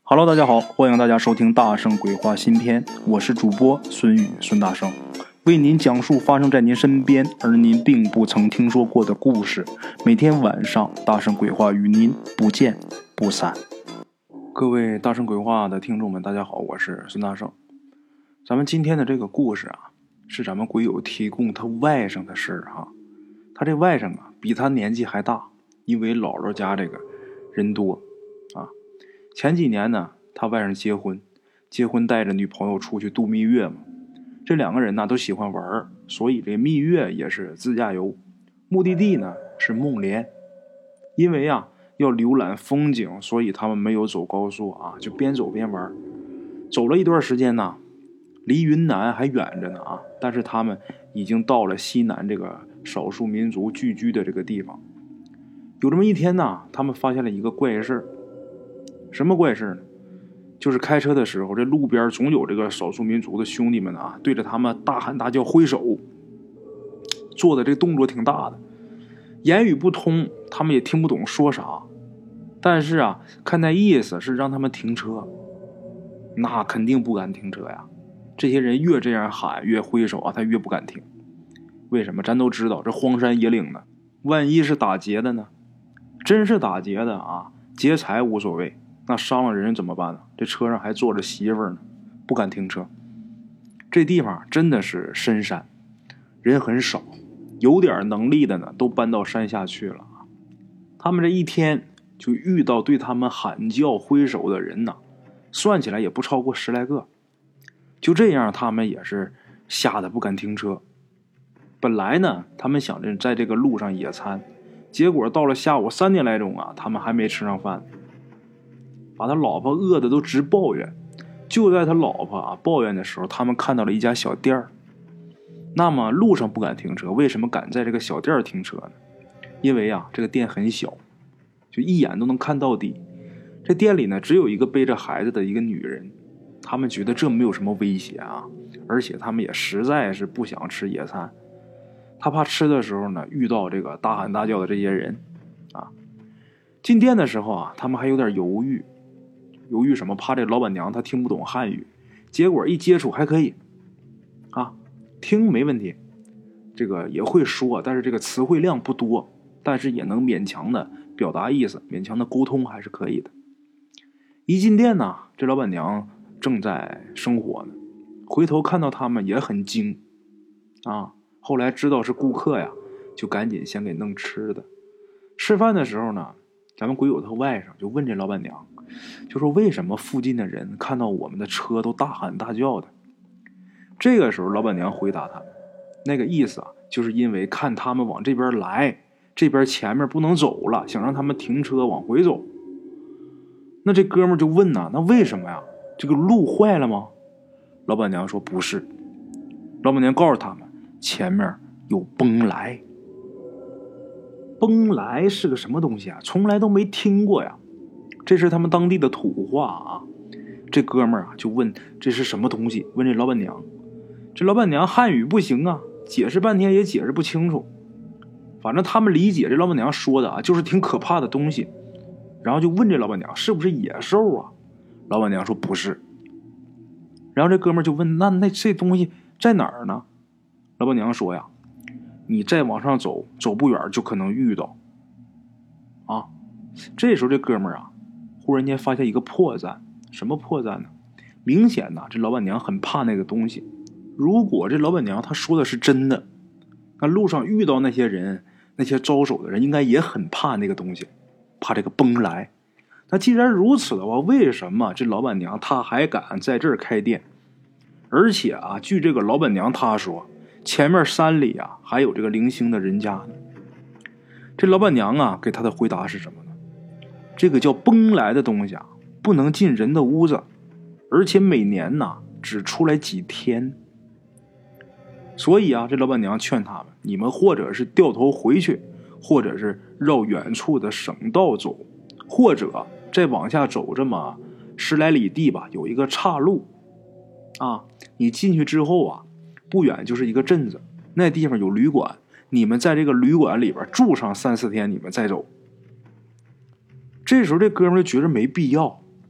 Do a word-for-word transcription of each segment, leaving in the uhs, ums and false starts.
Hello， 大家好，欢迎大家收听大圣鬼话新篇，我是主播孙宇孙大圣，为您讲述发生在您身边而您并不曾听说过的故事。每天晚上大圣鬼话与您不见不散。各位大圣鬼话的听众们，大家好，我是孙大圣。咱们今天的这个故事啊，是咱们鬼友提供他外甥的事儿哈。他这外甥啊，比他年纪还大，因为姥姥家这个人多啊。前几年呢，他外甥结婚，结婚带着女朋友出去度蜜月嘛。这两个人呢都喜欢玩，所以这蜜月也是自驾游，目的地呢是孟连。因为啊要浏览风景，所以他们没有走高速啊，就边走边玩。走了一段时间呢，离云南还远着呢啊，但是他们已经到了西南这个少数民族聚居的这个地方。有这么一天呢，他们发现了一个怪事。什么怪事呢？就是开车的时候，这路边总有这个少数民族的兄弟们啊，对着他们大喊大叫挥手，做的这动作挺大的，言语不通，他们也听不懂说啥，但是啊看那意思是让他们停车，那肯定不敢停车呀。这些人越这样喊越挥手啊，他越不敢停。为什么？咱都知道这荒山野岭的，万一是打劫的呢？真是打劫的啊，劫财无所谓，那伤了人怎么办呢？这车上还坐着媳妇儿呢，不敢停车。这地方真的是深山，人很少，有点能力的呢都搬到山下去了。他们这一天就遇到对他们喊叫挥手的人呢，算起来也不超过十来个。就这样，他们也是吓得不敢停车。本来呢，他们想着在这个路上野餐，结果到了下午三点来钟啊，他们还没吃上饭，把他老婆饿得都直抱怨。就在他老婆啊抱怨的时候，他们看到了一家小店儿。那么路上不敢停车，为什么敢在这个小店儿停车呢？因为啊这个店很小，就一眼都能看到底。这店里呢只有一个背着孩子的一个女人，他们觉得这没有什么威胁啊，而且他们也实在是不想吃野餐。他怕吃的时候呢遇到这个大喊大叫的这些人啊。进店的时候啊，他们还有点犹豫，犹豫什么？怕这老板娘她听不懂汉语，结果一接触还可以啊，听没问题，这个也会说，但是这个词汇量不多，但是也能勉强的表达意思，勉强的沟通还是可以的。一进店呢，这老板娘正在生火呢，回头看到他们也很惊啊。后来知道是顾客呀，就赶紧先给弄吃的。吃饭的时候呢，咱们鬼友他外甥就问这老板娘，就说为什么附近的人看到我们的车都大喊大叫的？这个时候老板娘回答他，那个意思啊，就是因为看他们往这边来，这边前面不能走了，想让他们停车往回走。那这哥们就问呐，那为什么呀？这个路坏了吗？老板娘说不是，老板娘告诉他们前面有崩来。崩来是个什么东西啊？从来都没听过呀，这是他们当地的土话啊。这哥们儿啊就问这是什么东西，问这老板娘。这老板娘汉语不行啊，解释半天也解释不清楚。反正他们理解这老板娘说的啊，就是挺可怕的东西。然后就问这老板娘是不是野兽啊？老板娘说不是。然后这哥们儿就问那那这东西在哪儿呢？老板娘说呀，你再往上走，走不远就可能遇到啊。这时候这哥们儿啊忽然间发现一个破绽。什么破绽呢？明显呢这老板娘很怕那个东西。如果这老板娘她说的是真的，那路上遇到那些人，那些招手的人应该也很怕那个东西，怕这个崩来。那既然如此的话，为什么这老板娘她还敢在这儿开店？而且啊据这个老板娘她说，前面山里啊还有这个零星的人家呢。这老板娘啊给她的回答是什么呢？这个叫崩来的东西啊不能进人的屋子，而且每年呢只出来几天。所以啊这老板娘劝他们，你们或者是掉头回去，或者是绕远处的省道走，或者再往下走这么十来里地吧，有一个岔路啊，你进去之后啊不远就是一个镇子，那地方有旅馆，你们在这个旅馆里边住上三四天，你们再走。这时候这哥们就觉得没必要，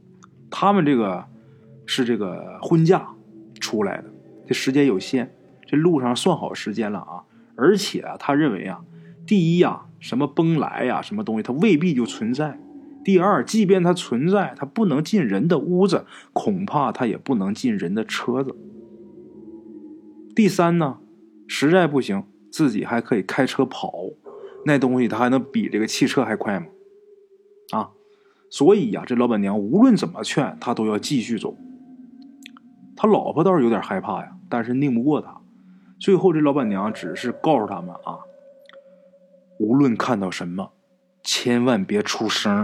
他们这个是这个婚假出来的，这时间有限，这路上算好时间了啊。而且啊，他认为啊，第一啊，什么崩来呀、啊，什么东西，它未必就存在。第二，即便它存在，它不能进人的屋子，恐怕它也不能进人的车子。第三呢，实在不行，自己还可以开车跑，那东西它还能比这个汽车还快吗？啊，所以呀、啊，这老板娘无论怎么劝，他都要继续走。他老婆倒是有点害怕呀，但是拧不过他。最后这老板娘只是告诉他们啊，无论看到什么，千万别出声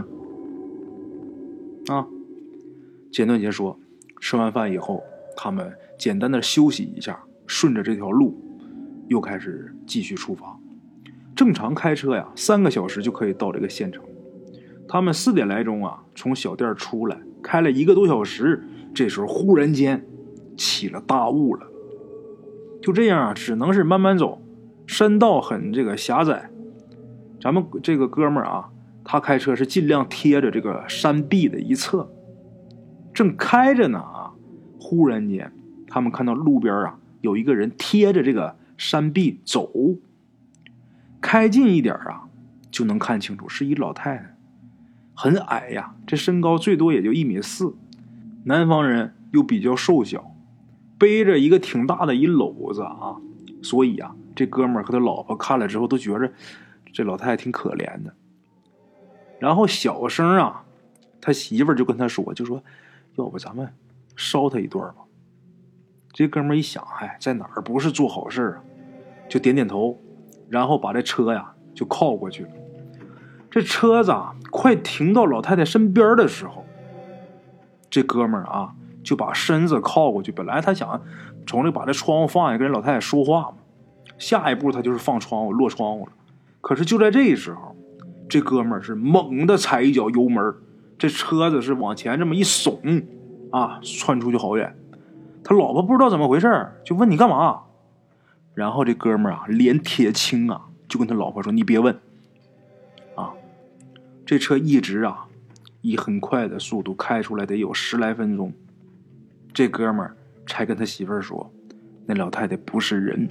啊。简短截说，吃完饭以后，他们简单的休息一下，顺着这条路又开始继续出发。正常开车呀，三个小时就可以到这个县城。他们四点来钟啊，从小店出来，开了一个多小时，这时候忽然间起了大雾了。就这样啊，只能是慢慢走，山道很这个狭窄。咱们这个哥们儿啊，他开车是尽量贴着这个山壁的一侧。正开着呢啊，忽然间他们看到路边啊有一个人贴着这个山壁走。开近一点啊，就能看清楚是一老太太，很矮呀，这身高最多也就一米四，南方人又比较瘦小，背着一个挺大的一篓子啊，所以啊，这哥们儿和他老婆看了之后都觉着这老太太挺可怜的。然后小声啊，他媳妇儿就跟他说，就说要不咱们烧他一顿吧。这哥们儿一想，哎，在哪儿不是做好事啊，就点点头，然后把这车呀就靠过去了。这车子啊快停到老太太身边的时候，这哥们儿啊就把身子靠过去。本来他想从这把这窗户放下跟人老太太说话嘛，下一步他就是放窗户落窗户了。可是就在这时候，这哥们儿是猛地踩一脚油门，这车子是往前这么一耸啊，窜出去好远。他老婆不知道怎么回事，就问你干嘛。然后这哥们儿啊脸铁青啊，就跟他老婆说，你别问啊。这车一直啊以很快的速度开出来，得有十来分钟，这哥们儿才跟他媳妇儿说，那老太太不是人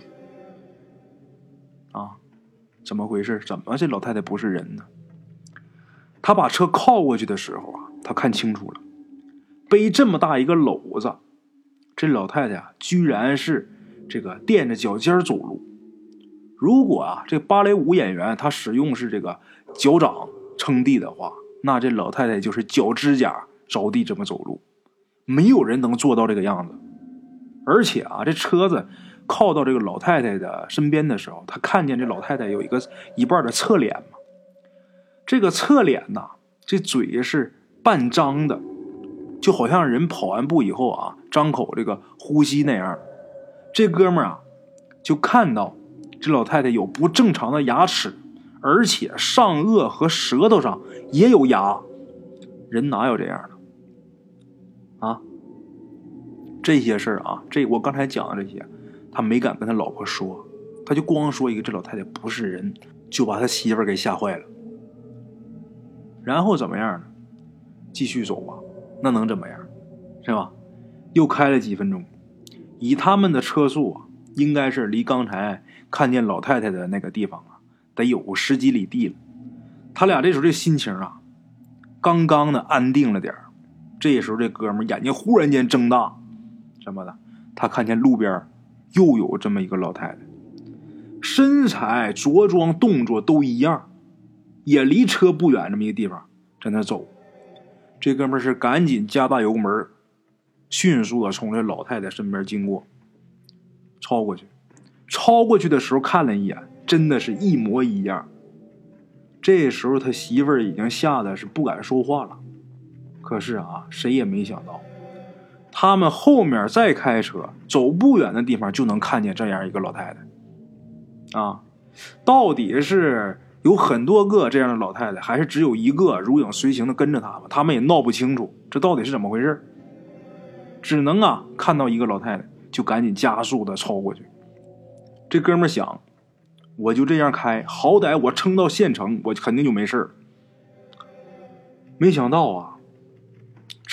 啊。怎么回事？怎么这老太太不是人呢？他把车靠过去的时候啊，他看清楚了，背这么大一个篓子，这老太太啊居然是这个垫着脚尖走路。如果啊这芭蕾舞演员他使用是这个脚掌撑地的话，那这老太太就是脚指甲着地这么走路，没有人能做到这个样子。而且啊，这车子靠到这个老太太的身边的时候，他看见这老太太有一个一半的侧脸嘛，这个侧脸呐，这嘴是半张的，就好像人跑完步以后啊张口这个呼吸那样。这哥们儿啊就看到这老太太有不正常的牙齿，而且上颚和舌头上也有牙，人哪有这样的啊？这些事儿啊，这我刚才讲的这些他没敢跟他老婆说，他就光说一个这老太太不是人，就把他媳妇儿给吓坏了。然后怎么样呢？继续走吧，那能怎么样是吧？又开了几分钟，以他们的车速啊，应该是离刚才看见老太太的那个地方啊得有十几里地了。他俩这时候这心情啊刚刚的安定了点儿。这时候这哥们眼睛忽然间睁大，什么的，他看见路边又有这么一个老太太，身材着装动作都一样，也离车不远这么一个地方在那走。这哥们是赶紧加大油门，迅速的从这老太太身边经过，超过去。超过去的时候看了一眼，真的是一模一样。这时候他媳妇儿已经吓得是不敢说话了。可是啊，谁也没想到，他们后面再开车走不远的地方就能看见这样一个老太太啊。到底是有很多个这样的老太太，还是只有一个如影随形的跟着他们，他们也闹不清楚这到底是怎么回事。只能啊看到一个老太太就赶紧加速的超过去。这哥们想，我就这样开，好歹我撑到县城我肯定就没事。没想到啊，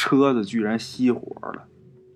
车子居然熄火了，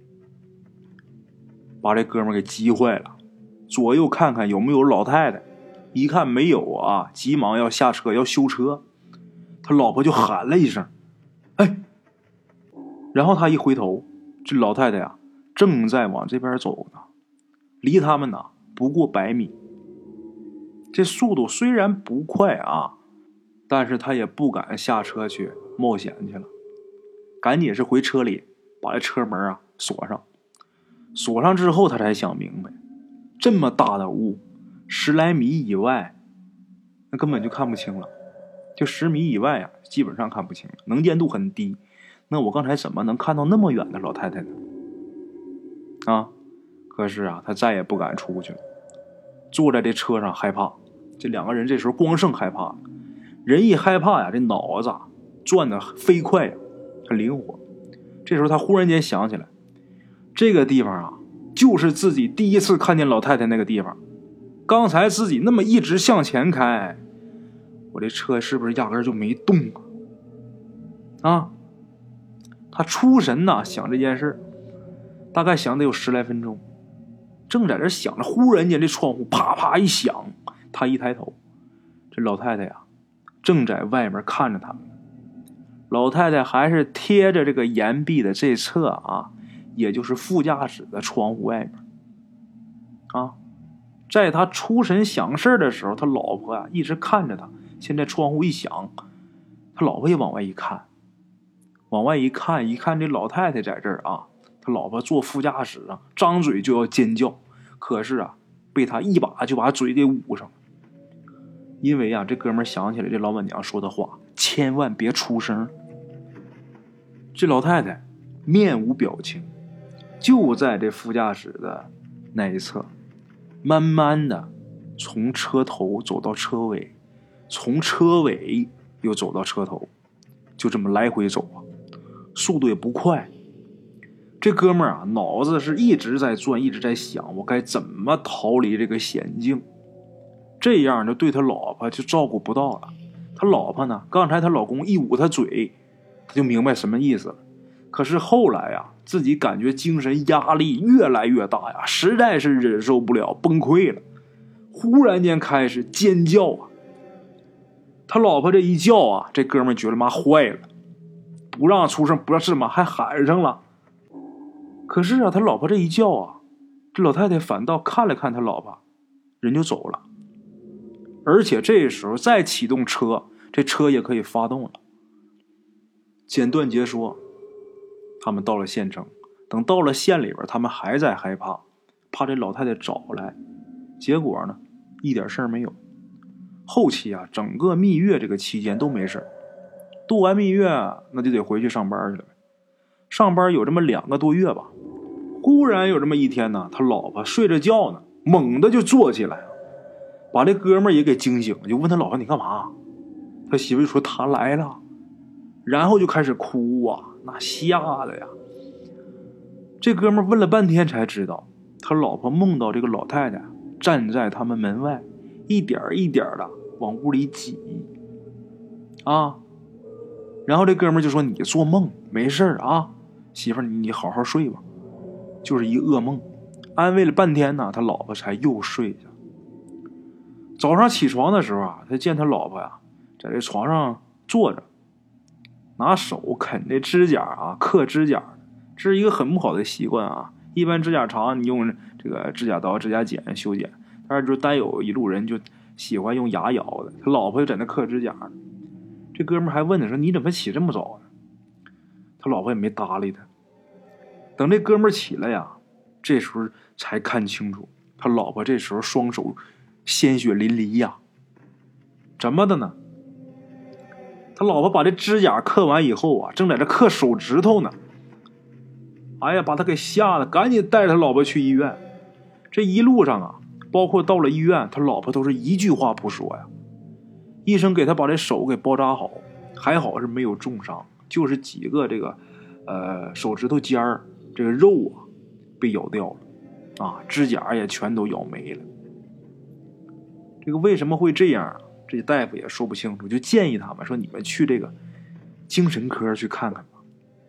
把这哥们给急坏了，左右看看有没有老太太，一看没有啊，急忙要下车要修车。他老婆就喊了一声哎，然后他一回头，这老太太呀正在往这边走呢，离他们呢不过百米。这速度虽然不快啊，但是他也不敢下车去冒险去了，赶紧是回车里把这车门啊锁上。锁上之后他才想明白，这么大的雾，十来米以外那根本就看不清了，就十米以外啊基本上看不清了，能见度很低。那我刚才怎么能看到那么远的老太太呢？啊，可是啊他再也不敢出去了，坐在这车上害怕。这两个人这时候光剩害怕了，人一害怕呀，这脑子转得飞快呀，很灵活。这时候他忽然间想起来，这个地方啊就是自己第一次看见老太太那个地方。刚才自己那么一直向前开，我这车是不是压根就没动啊？啊，他出神呐、啊、想这件事，大概想得有十来分钟。正在这想着，忽然间这窗户啪啪一响，他一抬头，这老太太呀正在外面看着他们。老太太还是贴着这个岩壁的这侧啊，也就是副驾驶的窗户外面啊。在他出神想事的时候，他老婆啊一直看着他。现在窗户一响，他老婆也往外一看，往外一看，一看这老太太在这儿啊，他老婆坐副驾驶啊，张嘴就要尖叫，可是啊被他一把就把嘴给捂上了。因为啊这哥们想起来这老板娘说的话，千万别出声。这老太太面无表情，就在这副驾驶的那一侧，慢慢的从车头走到车尾，从车尾又走到车头，就这么来回走啊，速度也不快。这哥们儿啊脑子是一直在转，一直在想我该怎么逃离这个险境，这样就对他老婆就照顾不到了。他老婆呢，刚才他老公一捂他嘴，他就明白什么意思了。可是后来啊自己感觉精神压力越来越大呀，实在是忍受不了，崩溃了，忽然间开始尖叫啊。他老婆这一叫啊，这哥们觉得妈坏了，不让出声，不让是吗？还喊上了。可是啊他老婆这一叫啊，这老太太反倒看了看他老婆，人就走了。而且这时候再启动车，这车也可以发动了。简短截说，他们到了县城，等到了县里边，他们还在害怕，怕这老太太找来。结果呢一点事儿没有。后期啊整个蜜月这个期间都没事，度完蜜月那就得回去上班去了。上班有这么两个多月吧，忽然有这么一天呢，他老婆睡着觉呢，猛地就坐起来，把这哥们儿也给惊醒了，就问他老婆你干嘛？他媳妇就说他来了，然后就开始哭啊，那吓的呀。这哥们儿问了半天才知道，他老婆梦到这个老太太站在他们门外，一点一点的往屋里挤啊。然后这哥们儿就说你做梦没事啊，媳妇儿你好好睡吧，就是一噩梦。安慰了半天呢，他老婆才又睡下。早上起床的时候啊，他见他老婆呀在这床上坐着，拿手啃这指甲啊，刻指甲，这是一个很不好的习惯啊。一般指甲长，你用这个指甲刀、指甲剪修剪，但是就单有一路人就喜欢用牙咬的。他老婆就在那刻指甲，这哥们还问他说：“你怎么起这么早呢？”他老婆也没搭理他。等这哥们起来呀，这时候才看清楚，他老婆这时候双手鲜血淋漓呀。怎么的呢？他老婆把这指甲刻完以后啊，正在这刻手指头呢。哎呀，把他给吓得赶紧带着他老婆去医院。这一路上啊，包括到了医院，他老婆都是一句话不说呀。医生给他把这手给包扎好，还好是没有重伤，就是几个这个呃手指头尖儿这个肉啊被咬掉了啊，指甲也全都咬没了。这个为什么会这样啊？这大夫也说不清楚，就建议他们说你们去这个精神科去看看吧。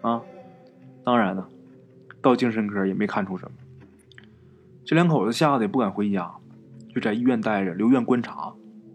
啊。当然了，到精神科也没看出什么。这两口子吓得也不敢回家，就在医院待着，留院观察。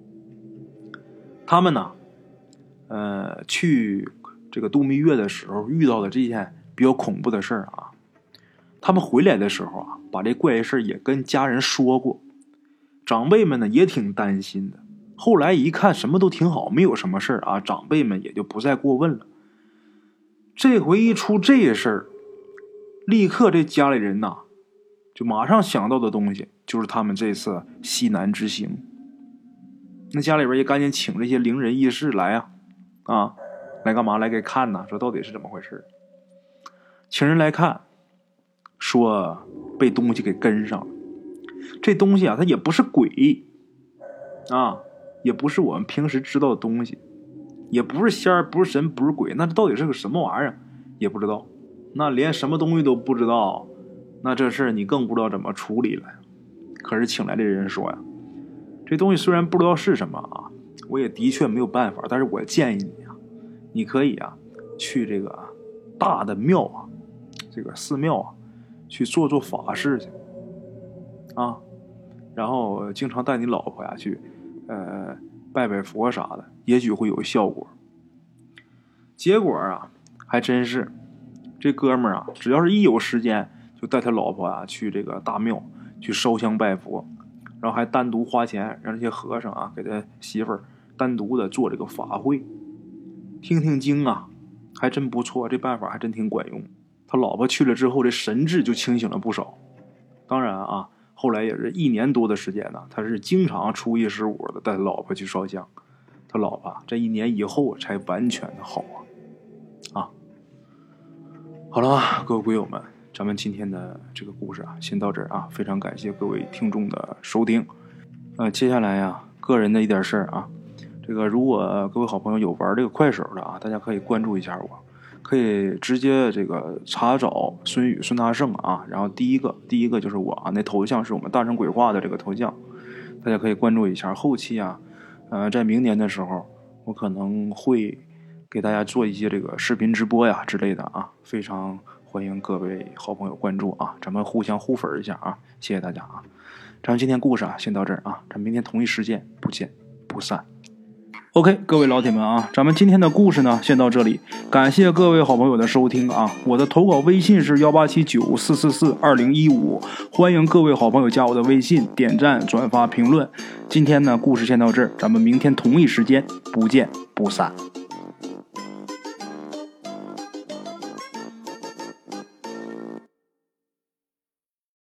他们呢，呃，去这个度蜜月的时候遇到的这件比较恐怖的事儿啊。他们回来的时候啊，把这怪事也跟家人说过，长辈们呢也挺担心的。后来一看什么都挺好，没有什么事儿啊，长辈们也就不再过问了。这回一出这事儿，立刻这家里人呐，就马上想到的东西就是他们这次西南之行。那家里边也赶紧请这些灵人异士来啊，啊，来干嘛？来给看呐，说到底是怎么回事。请人来看，说被东西给跟上了。这东西啊，它也不是鬼啊，也不是我们平时知道的东西，也不是仙儿，不是神，不是鬼，那这到底是个什么玩意儿也不知道。那连什么东西都不知道，那这事儿你更不知道怎么处理了。可是请来的人说呀，这东西虽然不知道是什么啊，我也的确没有办法，但是我建议你啊，你可以啊去这个大的庙啊，这个寺庙啊去做做法事去啊，然后经常带你老婆呀去呃拜拜佛啥的，也许会有效果。结果啊还真是，这哥们儿啊只要是一有时间就带他老婆啊去这个大庙去烧香拜佛，然后还单独花钱让这些和尚啊给他媳妇儿单独的做这个法会，听听经啊，还真不错，这办法还真挺管用。他老婆去了之后，这神志就清醒了不少。当然啊，后来也是一年多的时间呢，他是经常初一十五的带他老婆去烧香。他老婆这一年以后才完全的好啊啊！好了，各位鬼友们，咱们今天的这个故事啊，先到这儿啊，非常感谢各位听众的收听。呃，接下来呀，个人的一点事儿啊，这个如果各位好朋友有玩这个快手的啊，大家可以关注一下我。可以直接这个查找孙宇孙大圣啊，然后第一个第一个就是我啊，那头像是我们大圣鬼话的这个头像，大家可以关注一下。后期啊，呃，在明年的时候，我可能会给大家做一些这个视频直播呀之类的啊，非常欢迎各位好朋友关注啊，咱们互相互粉一下啊，谢谢大家啊。咱们今天故事啊，先到这儿啊，咱们明天同一时间不见不散。OK， 各位老铁们啊，咱们今天的故事呢，先到这里，感谢各位好朋友的收听啊！我的投稿微信是幺八七九四四四二零一五，欢迎各位好朋友加我的微信，点赞、转发、评论。今天呢，故事先到这儿，咱们明天同一时间不见不散。